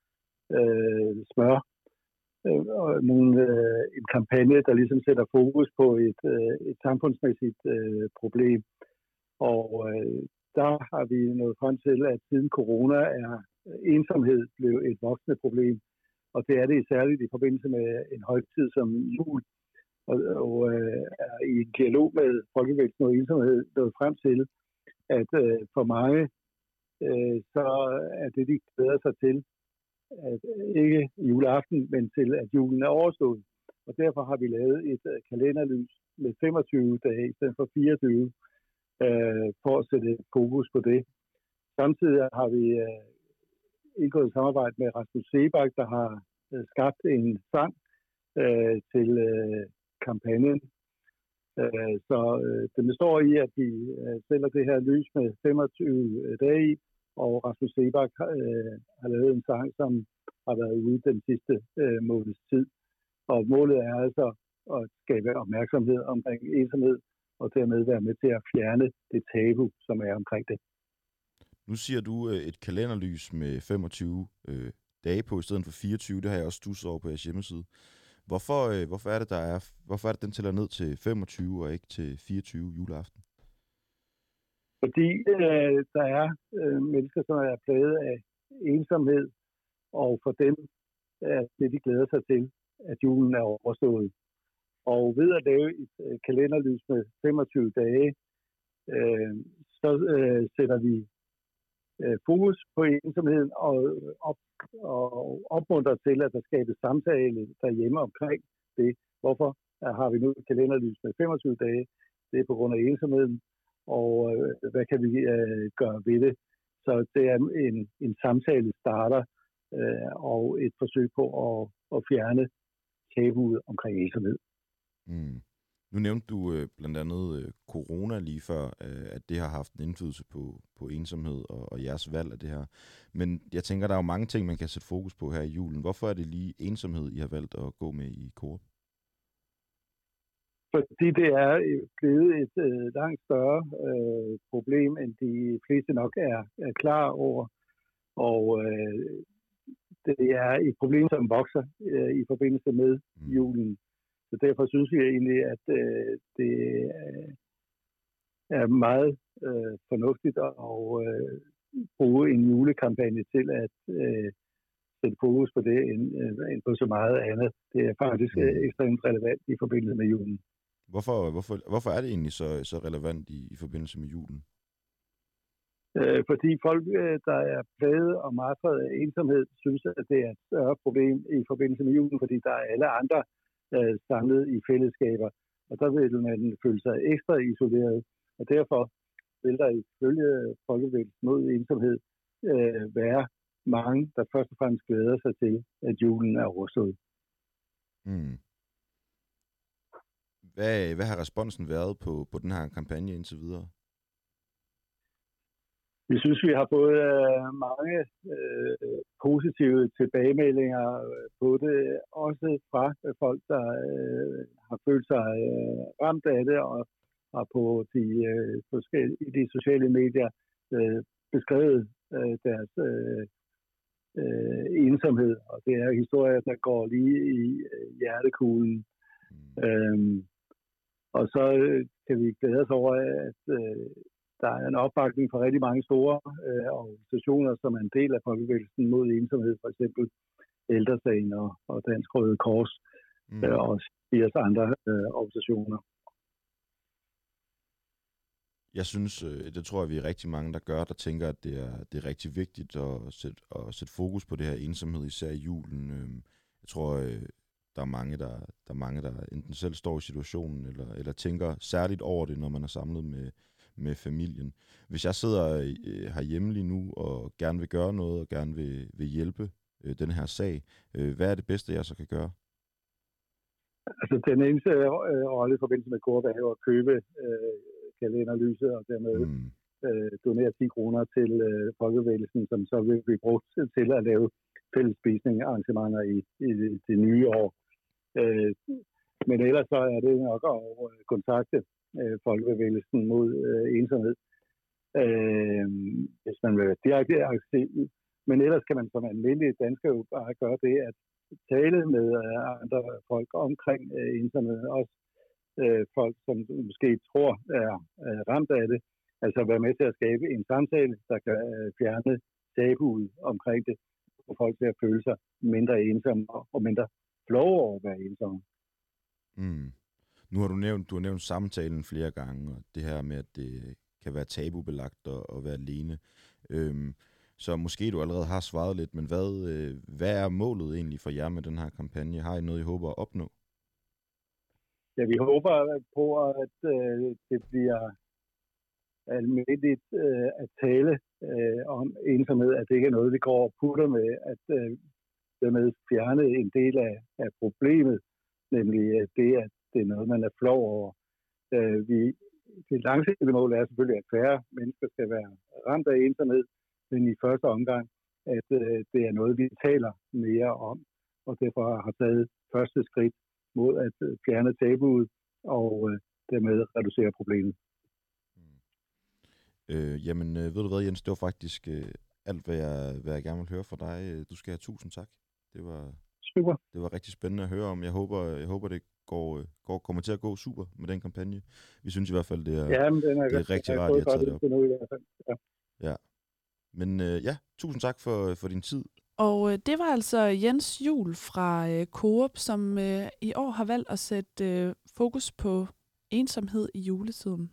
øh, smør. Øh, og nogle, øh, en kampagne, der ligesom sætter fokus på et, øh, et samfundsmæssigt øh, problem. Og øh, der har vi nået frem til, at siden corona er ensomhed blevet et voksende problem. Og det er det særligt i forbindelse med en højtid som jul. Og, og øh, er i en dialog med Folkebevægelsen og ensomhed nået frem til, at øh, for mange, øh, så er det, de glæder sig til, at ikke juleaften, men til, at julen er overstået. Og derfor har vi lavet et uh, kalenderlys med femogtyve dage i stedet for fireogtyve, øh, for at sætte fokus på det. Samtidig har vi øh, indgået et samarbejde med Rasmus Seebach, der har øh, skabt en sang øh, til øh, kampagnen. Øh, så øh, det består i, at vi øh, sælger det her lys med femogtyve dage i, og Rasmus Seebach øh, har lavet en sang, som har været ude den sidste øh, måneds tid. Og målet er altså at skabe opmærksomhed omkring ensomhed, og dermed være med til at fjerne det tabu, som er omkring det. Nu siger du øh, et kalenderlys med femogtyve øh, dage på i stedet for fireogtyve. Det har jeg også studset over på jeres hjemmeside. Hvorfor, øh, hvorfor er det, der er, hvorfor er det, den tæller ned til femogtyve og ikke til fireogtyve juleaften? Fordi øh, der er øh, mennesker, som er plaget af ensomhed, og for dem er det, de glæder sig til, at julen er overstået. Og ved at lave et øh, kalenderlys med femogtyve dage, øh, så øh, sætter vi øh, fokus på ensomheden og, op, og opmuntrer til, at der skabes samtale derhjemme omkring det. Hvorfor har vi nu et kalenderlys med femogtyve dage? Det er på grund af ensomheden, og øh, hvad kan vi øh, gøre ved det? Så det er en, en samtale starter øh, og et forsøg på at, at fjerne tabuet omkring ensomhed. Mm. Nu nævnte du øh, blandt andet øh, corona lige før, øh, at det har haft en indflydelse på, på ensomhed og, og jeres valg af det her. Men jeg tænker, der er jo mange ting, man kan sætte fokus på her i julen. Hvorfor er det lige ensomhed, I har valgt at gå med i Coop? Fordi det er blevet et øh, langt større øh, problem, end de fleste nok er, er klar over. Og øh, det er et problem, som vokser øh, i forbindelse med mm. julen. Så derfor synes jeg egentlig, at øh, det er meget øh, fornuftigt at øh, bruge en julekampagne til at øh, sætte fokus på det, end, øh, end på så meget andet. Det er faktisk øh, ekstremt relevant i forbindelse med julen. Hvorfor, hvorfor, hvorfor er det egentlig så, så relevant i, i forbindelse med julen? Øh, fordi folk, øh, der er plaget og martret af ensomhed, synes, at det er et større problem i forbindelse med julen, fordi der er alle andre øh, samlet i fællesskaber, og der vil man føle sig ekstra isoleret, og derfor vil der ifølge Folkebevægelsen mod ensomhed øh, være mange, der først og fremmest glæder sig til, at julen er overstået. Mm. Hvad, hvad har responsen været på, på den her kampagne indtil videre? Vi synes, vi har fået øh, mange øh, positive tilbagemeldinger på det, også fra folk, der øh, har følt sig øh, ramt af det, og har på de, øh, forskellige, de sociale medier øh, beskrevet øh, deres øh, øh, ensomhed. Og det er historier, der går lige i øh, hjertekuglen. Mm. Øhm, og så øh, kan vi glæde os over, at øh, der er en opbakning fra rigtig mange store øh, organisationer, som er en del af Folkebevægelsen mod ensomhed, for eksempel Ældre Sagen og, og Dansk Røde Kors, mm. øh, og firs andre øh, organisationer. Jeg synes, øh, det tror jeg, vi er rigtig mange, der gør, der tænker, at det er, det er rigtig vigtigt at sætte, at sætte fokus på det her ensomhed, især i julen. Øh, jeg tror, øh, der er mange, der, der er mange, der enten selv står i situationen, eller, eller tænker særligt over det, når man er samlet med med familien. Hvis jeg sidder øh, herhjemme lige nu og gerne vil gøre noget og gerne vil, vil hjælpe øh, den her sag, øh, hvad er det bedste, jeg så kan gøre? Altså, den eneste øh, rolle i forbindelse med Coop er jo at købe øh, kalenderlyset og dermed mm. øh, donere ti kroner til øh, Folkebevægelsen, som så vil blive brugt til at lave fælles spisning arrangementer i, i det nye år. Øh, men ellers så er det nok at kontakte Folkebevægelsen mod øh, ensomhed, øh, hvis man vil være direkte aktiv. Men ellers kan man som almindelige dansker jo bare gøre det, at tale med øh, andre folk omkring øh, ensomhed. Også øh, folk, som måske tror er øh, ramt af det, Altså være med til at skabe en samtale, der kan øh, fjerne tabuet omkring det, for folk til at føle sig mindre ensomme og mindre flove over at være ensomme. Mm. Nu har du nævnt, du har nævnt samtalen flere gange, og det her med, at det kan være tabubelagt at, at være alene. Øhm, så måske du allerede har svaret lidt, men hvad, øh, hvad er målet egentlig for jer med den her kampagne? Har I noget, I håber at opnå? Ja, vi håber på, at øh, det bliver almindeligt øh, at tale øh, om ensomhed, at det ikke er noget, vi går og putter med, at øh, dermed fjerne en del af, af problemet, nemlig øh, det, at det er noget, man er flov over. Øh, vi, det langsigtede mål er selvfølgelig, at færre mennesker skal være ramt af ensomhed, men i første omgang, at øh, det er noget, vi taler mere om, og derfor har taget første skridt mod at øh, fjerne tabuet og øh, dermed reducere problemet. Øh, jamen, øh, ved du hvad, Jens, det var faktisk øh, alt, hvad jeg, hvad jeg gerne vil høre fra dig. Du skal have tusind tak. Det var, super. Det var rigtig spændende at høre om. Jeg håber, jeg håber det går, går, kommer til at gå super med den kampagne. Vi synes i hvert fald, det er, ja, men den er, det er rigtig rart, at I har taget det op. Nu, i hvert fald. Ja. ja. Men øh, ja, tusind tak for, for din tid. Og øh, det var altså Jens Juhl fra øh, Coop, som øh, i år har valgt at sætte øh, fokus på ensomhed i juletiden.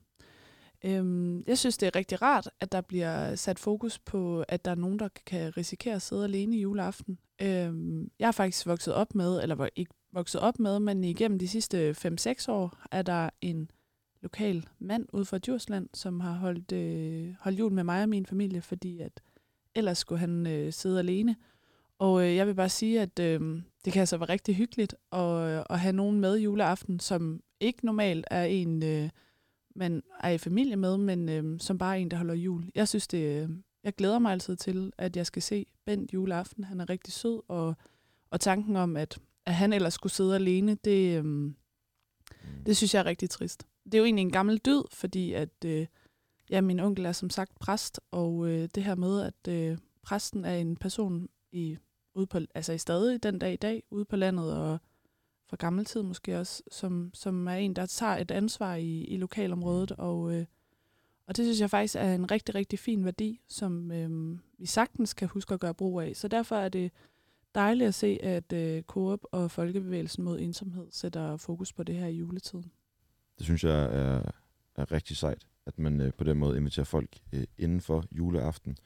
Øhm, jeg synes, det er rigtig rart, at der bliver sat fokus på, at der er nogen, der kan risikere at sidde alene i juleaften. Øhm, jeg har faktisk vokset op med, eller ikke vokset op med, men igennem de sidste fem seks år, er der en lokal mand ude fra Djursland, som har holdt, øh, holdt jul med mig og min familie, fordi at ellers skulle han øh, sidde alene. Og øh, jeg vil bare sige, at øh, det kan altså være rigtig hyggeligt at, at have nogen med juleaften, som ikke normalt er en, øh, man er i familie med, men øh, som bare er en, der holder jul. Jeg synes det, øh, jeg glæder mig altid til, at jeg skal se Bent juleaften. Han er rigtig sød, og, og tanken om, at, at han ellers skulle sidde alene, det, øh, mm. det synes jeg er rigtig trist. Det er jo egentlig en gammel dyd, fordi at øh, ja, min onkel er som sagt præst, og øh, det her med, at øh, præsten er en person i ude på, altså i stadig den dag i dag, ude på landet, og fra gammel tid måske også, som, som er en, der tager et ansvar i, i lokalområdet, og, øh, og det synes jeg faktisk er en rigtig, rigtig fin værdi, som øh, vi sagtens kan huske at gøre brug af. Så derfor er det dejligt at se, at øh, Coop og Folkebevægelsen mod ensomhed sætter fokus på det her i juletiden. Det synes jeg er, er rigtig sejt, at man øh, på den måde inviterer folk øh, inden for juleaften.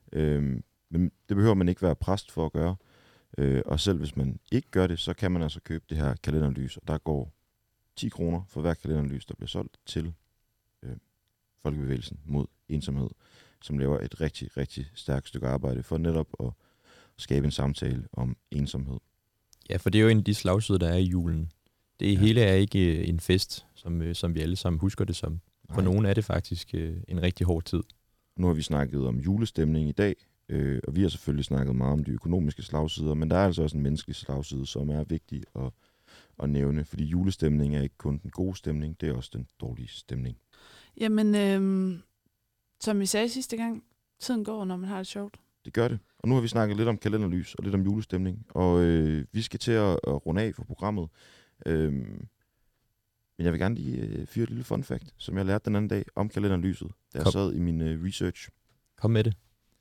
Øh, men det behøver man ikke være præst for at gøre. Øh, og selv hvis man ikke gør det, så kan man altså købe det her kalenderlys, og der går ti kroner for hver kalenderlys, der bliver solgt til øh, Folkebevægelsen mod ensomhed, som laver et rigtig, rigtig stærkt stykke arbejde for netop at skabe en samtale om ensomhed. Ja, for det er jo en af de slagsider, der er i julen. Det ja. hele er ikke en fest, som, som vi alle sammen husker det som. For nogen er det faktisk en rigtig hård tid. Nu har vi snakket om julestemning i dag, øh, og vi har selvfølgelig snakket meget om de økonomiske slagsider, men der er altså også en menneskelig slagside, som er vigtig at, at nævne, fordi julestemning er ikke kun den gode stemning, det er også den dårlige stemning. Jamen, øh, som vi sagde sidste gang, tiden går, når man har det sjovt. Det gør det. Og nu har vi snakket lidt om kalenderlys og lidt om julestemning, og øh, vi skal til at, at runde af for programmet. Øh, men jeg vil gerne lige øh, fyre et lille fun fact, som jeg lærte den anden dag om kalenderlyset, da jeg sad i min øh, research. Kom med det.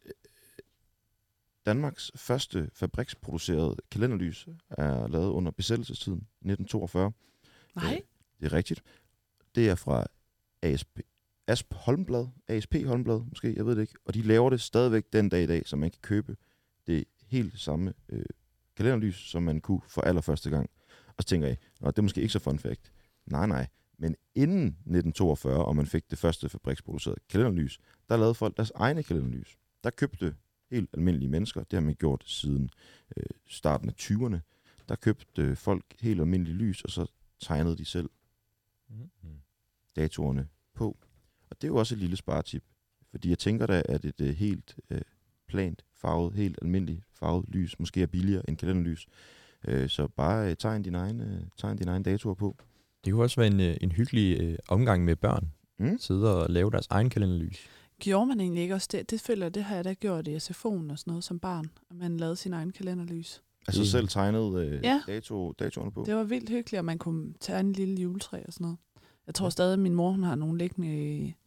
Danmarks første fabriksproducerede kalenderlys er lavet under besættelsestiden, nitten toogfyrre. Nej. Øh, det er rigtigt. Det er fra A S P, A S P Holmblad, A S P Holmblad måske, jeg ved det ikke. Og de laver det stadigvæk den dag i dag, så man kan købe det helt samme øh, kalenderlys, som man kunne for allerførste gang. Og så tænker jeg, det er måske ikke så fun fact. Nej, nej. Men inden nitten toogfyrre, og man fik det første fabriksproducerede kalenderlys, der lavede folk deres egne kalenderlys. Der købte helt almindelige mennesker, det har man gjort siden øh, starten af tyverne, der købte folk helt almindelige lys, og så tegnede de selv mm-hmm. datorerne på. Og det er jo også et lille sparetip, fordi jeg tænker da, at et øh, helt øh, plant farvet, helt almindeligt farvet lys, måske er billigere end kalenderlys. Øh, så bare øh, tegn din egen, øh, tegn din egen datoer på. Det kunne også være en, en hyggelig øh, omgang med børn. Mm. Sidde og lave deres egen kalenderlys. Gjorde man egentlig ikke også det? Det føler jeg, det har jeg da gjort i S F O'en og sådan noget som barn. At man lavede sin egen kalenderlys. Altså selv tegnede øh, ja. dato, datorerne på? Det var vildt hyggeligt, at man kunne tage en lille juletræ og sådan noget. Jeg tror stadig, at min mor hun har nogle liggende i,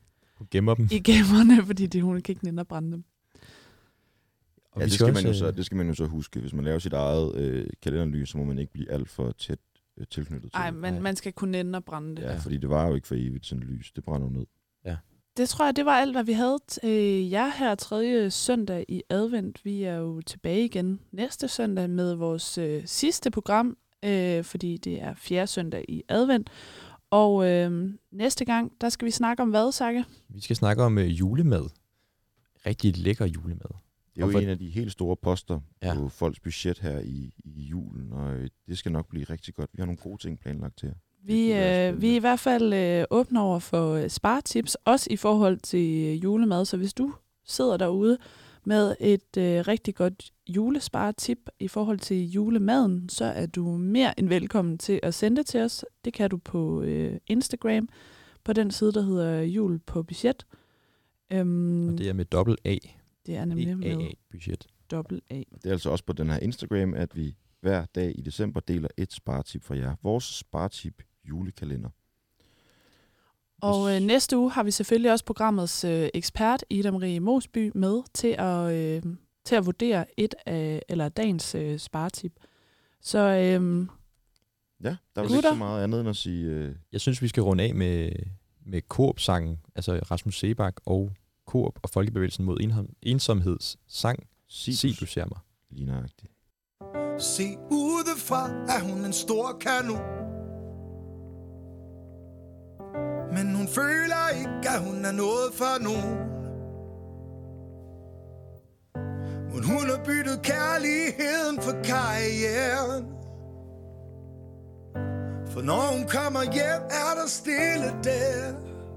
Hun gemmer dem. i gemmerne, fordi det, hun kan ikke nænde at brænde dem. Og Ja, vi det skal skal, man jo også, så, øh, det skal man jo så huske. Hvis man laver sit eget øh, kalenderlys, så må man ikke blive alt for tæt øh, tilknyttet til Nej, det. men man skal kunne nænde at brænde det. Ja, fordi det var jo ikke for evigt sådan et lys. Det brænder jo ned. Det tror jeg, det var alt, hvad vi havde til jer her tredje søndag i advent. Vi er jo tilbage igen næste søndag med vores øh, sidste program, øh, fordi det er fjerde søndag i advent. Og øh, næste gang, der skal vi snakke om hvad, Sakke? Vi skal snakke om øh, julemad. Rigtig lækker julemad. Det er jo for- en af de helt store poster Ja. på folks budget her i, i julen, og øh, det skal nok blive rigtig godt. Vi har nogle gode ting planlagt til jer. Vi, kunne være øh, vi er i hvert fald øh, åbne over for øh, sparetips, også i forhold til øh, julemad. Så hvis du sidder derude med et øh, rigtig godt julesparetip i forhold til julemaden, så er du mere end velkommen til at sende det til os. Det kan du på øh, Instagram, på den side, der hedder Jul på Budget. Øhm, Og det er med dobbelt A. det er nemlig E A A med budget. dobbelt A. Det er altså også på den her Instagram, at vi hver dag i december deler et sparetip fra jer. Vores sparetip julekalender. Og øh, næste uge har vi selvfølgelig også programmets øh, ekspert, Ida Marie Mosby, med til at, øh, til at vurdere et af eller dagens øh, sparetip. Så øh, Ja, der er vel Gutter? ikke så meget andet end at sige... Øh, Jeg synes, vi skal runde af med, med Coop-sangen, altså Rasmus Sebak og Coop og Folkebevægelsen mod enhom- ensomheds sang. sig, Sig, du ser mig. lige nøjagtigt. Se udefra er hun en stor kanon, men hun føler ikke, at hun er noget for nogen. Men hun har byttet kærligheden for karrieren, for når hun kommer hjem, er der stille der.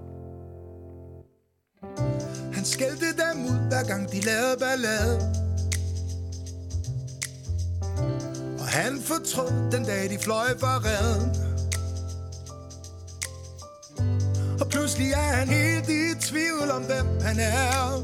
Han skældte dem ud, hver gang de lavede ballade, og han fortrød den dag, de fløj fra redden. Og pludselig er han helt i tvivl om, hvem han er.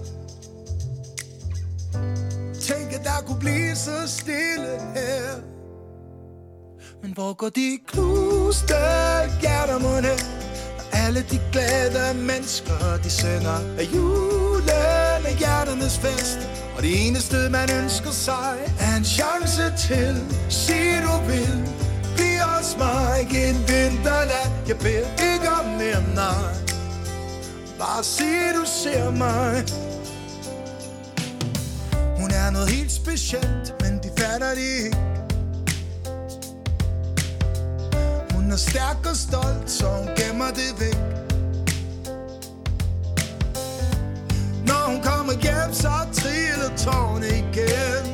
Tænk, at der kunne blive så stille her. Men hvor går de knuste hjerter mon hen? Og alle de glade mennesker, de synger af julen er hjerternes fest. Og det eneste man ønsker sig er en chance til. Sig du vil, bliv hos mig en vinternat. Jeg beder ikke om mere, nej. Bare sig du ser mig. Hun er noget helt specielt, men de fatter det ikke. Hun er stærk og stolt, så hun gemmer det væk. Når hun kommer hjem, så triller tårne igen.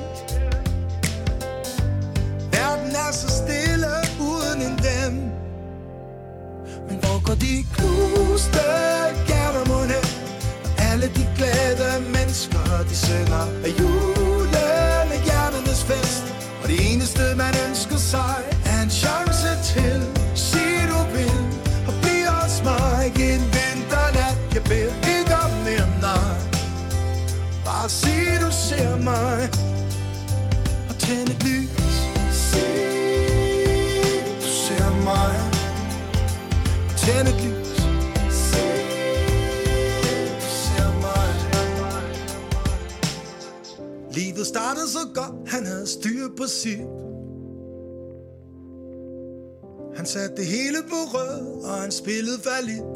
Verden er så stille uden en ven. Men hvor går de knuste hjerter mon hen? Alle de glade mennesker, de synger af julen er hjerternes fest. Og det eneste man ønsker sig er en chance til. Sig du vil, og bliv hos mig en vinternat. Jeg beder ikke om mere, nej. Bare sig du ser mig. Og tænd et lys. Sig du ser mig. Og tænd et lys. Sig du ser mig. Livet startede så godt, han havde styr på sit. Han satte det hele på rød, og han spillede fallit.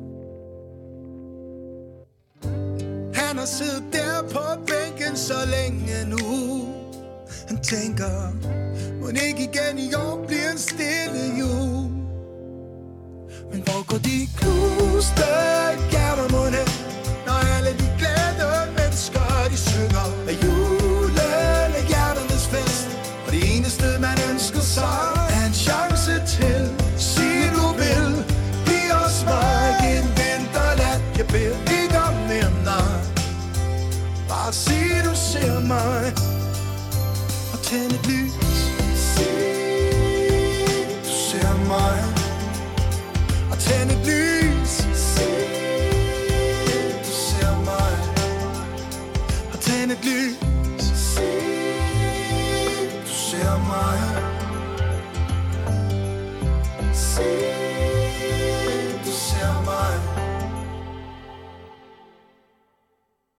Han har siddet der på bænken så længe nu. Han tænker, må ikke igen i år bliver en stille jul. Men hvor går de knuste hjerter mon hen? Når alle de glade mennesker, de synger af julen er hjerternes fest. Og det eneste man ønsker sig er en chance til. Sig du vil, bliv hos mig en vinternat. Jeg beder ikke om mere, nej. Bare sig du ser mig. Og tænd et lys. Sig du ser mig. Og tænd et lys. Sig du ser mig. Og tænd et lys. Sig du ser mig.